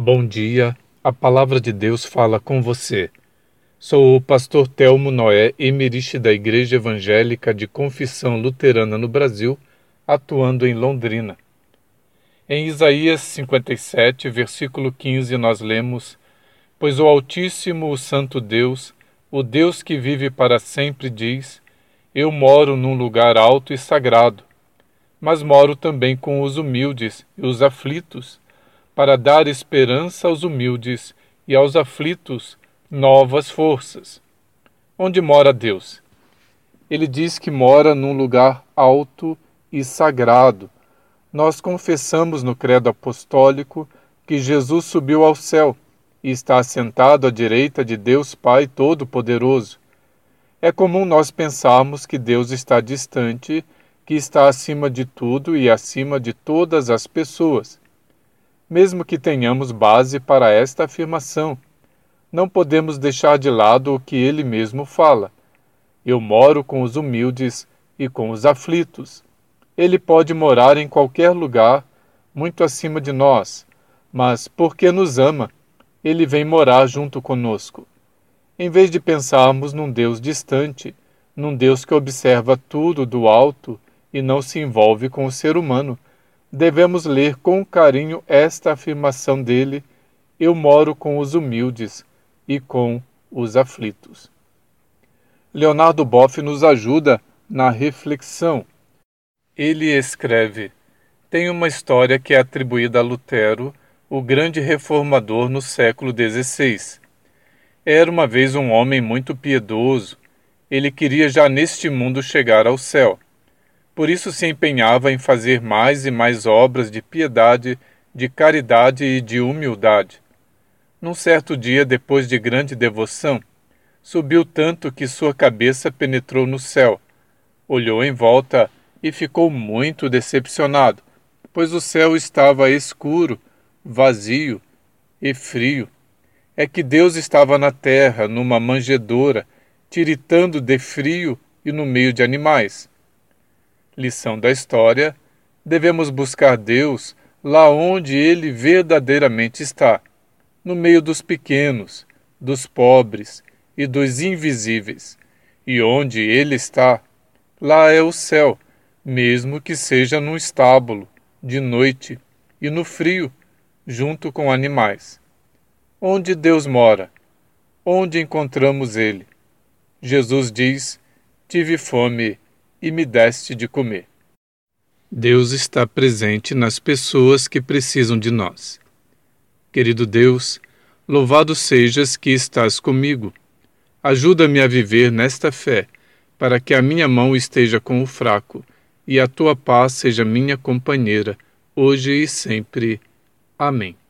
Bom dia, a palavra de Deus fala com você. Sou o pastor Telmo Noé Emerich da Igreja Evangélica de Confissão Luterana no Brasil, atuando em Londrina. Em Isaías 57, versículo 15, nós lemos: Pois o Altíssimo, o Santo Deus, o Deus que vive para sempre, diz: Eu moro num lugar alto e sagrado, mas moro também com os humildes e os aflitos, para dar esperança aos humildes e aos aflitos novas forças. Onde mora Deus? Ele diz que mora num lugar alto e sagrado. Nós confessamos no credo apostólico que Jesus subiu ao céu e está assentado à direita de Deus Pai Todo-Poderoso. É comum nós pensarmos que Deus está distante, que está acima de tudo e acima de todas as pessoas. Mesmo que tenhamos base para esta afirmação, não podemos deixar de lado o que ele mesmo fala. Eu moro com os humildes e com os aflitos. Ele pode morar em qualquer lugar, muito acima de nós, mas porque nos ama, ele vem morar junto conosco. Em vez de pensarmos num Deus distante, num Deus que observa tudo do alto e não se envolve com o ser humano, devemos ler com carinho esta afirmação dele: eu moro com os humildes e com os aflitos. Leonardo Boff nos ajuda na reflexão. Ele escreve: tem uma história que é atribuída a Lutero, o grande reformador no século XVI. Era uma vez um homem muito piedoso. Ele queria já neste mundo chegar ao céu. Por isso se empenhava em fazer mais e mais obras de piedade, de caridade e de humildade. Num certo dia, depois de grande devoção, subiu tanto que sua cabeça penetrou no céu. Olhou em volta e ficou muito decepcionado, pois o céu estava escuro, vazio e frio. É que Deus estava na terra, numa manjedoura, tiritando de frio e no meio de animais. Lição da história: devemos buscar Deus lá onde Ele verdadeiramente está, no meio dos pequenos, dos pobres e dos invisíveis. E onde Ele está, lá é o céu, mesmo que seja num estábulo, de noite e no frio, junto com animais. Onde Deus mora? Onde encontramos Ele? Jesus diz: tive fome e me deste de comer. Deus está presente nas pessoas que precisam de nós. Querido Deus, louvado sejas que estás comigo. Ajuda-me a viver nesta fé, para que a minha mão esteja com o fraco e a tua paz seja minha companheira, hoje e sempre. Amém.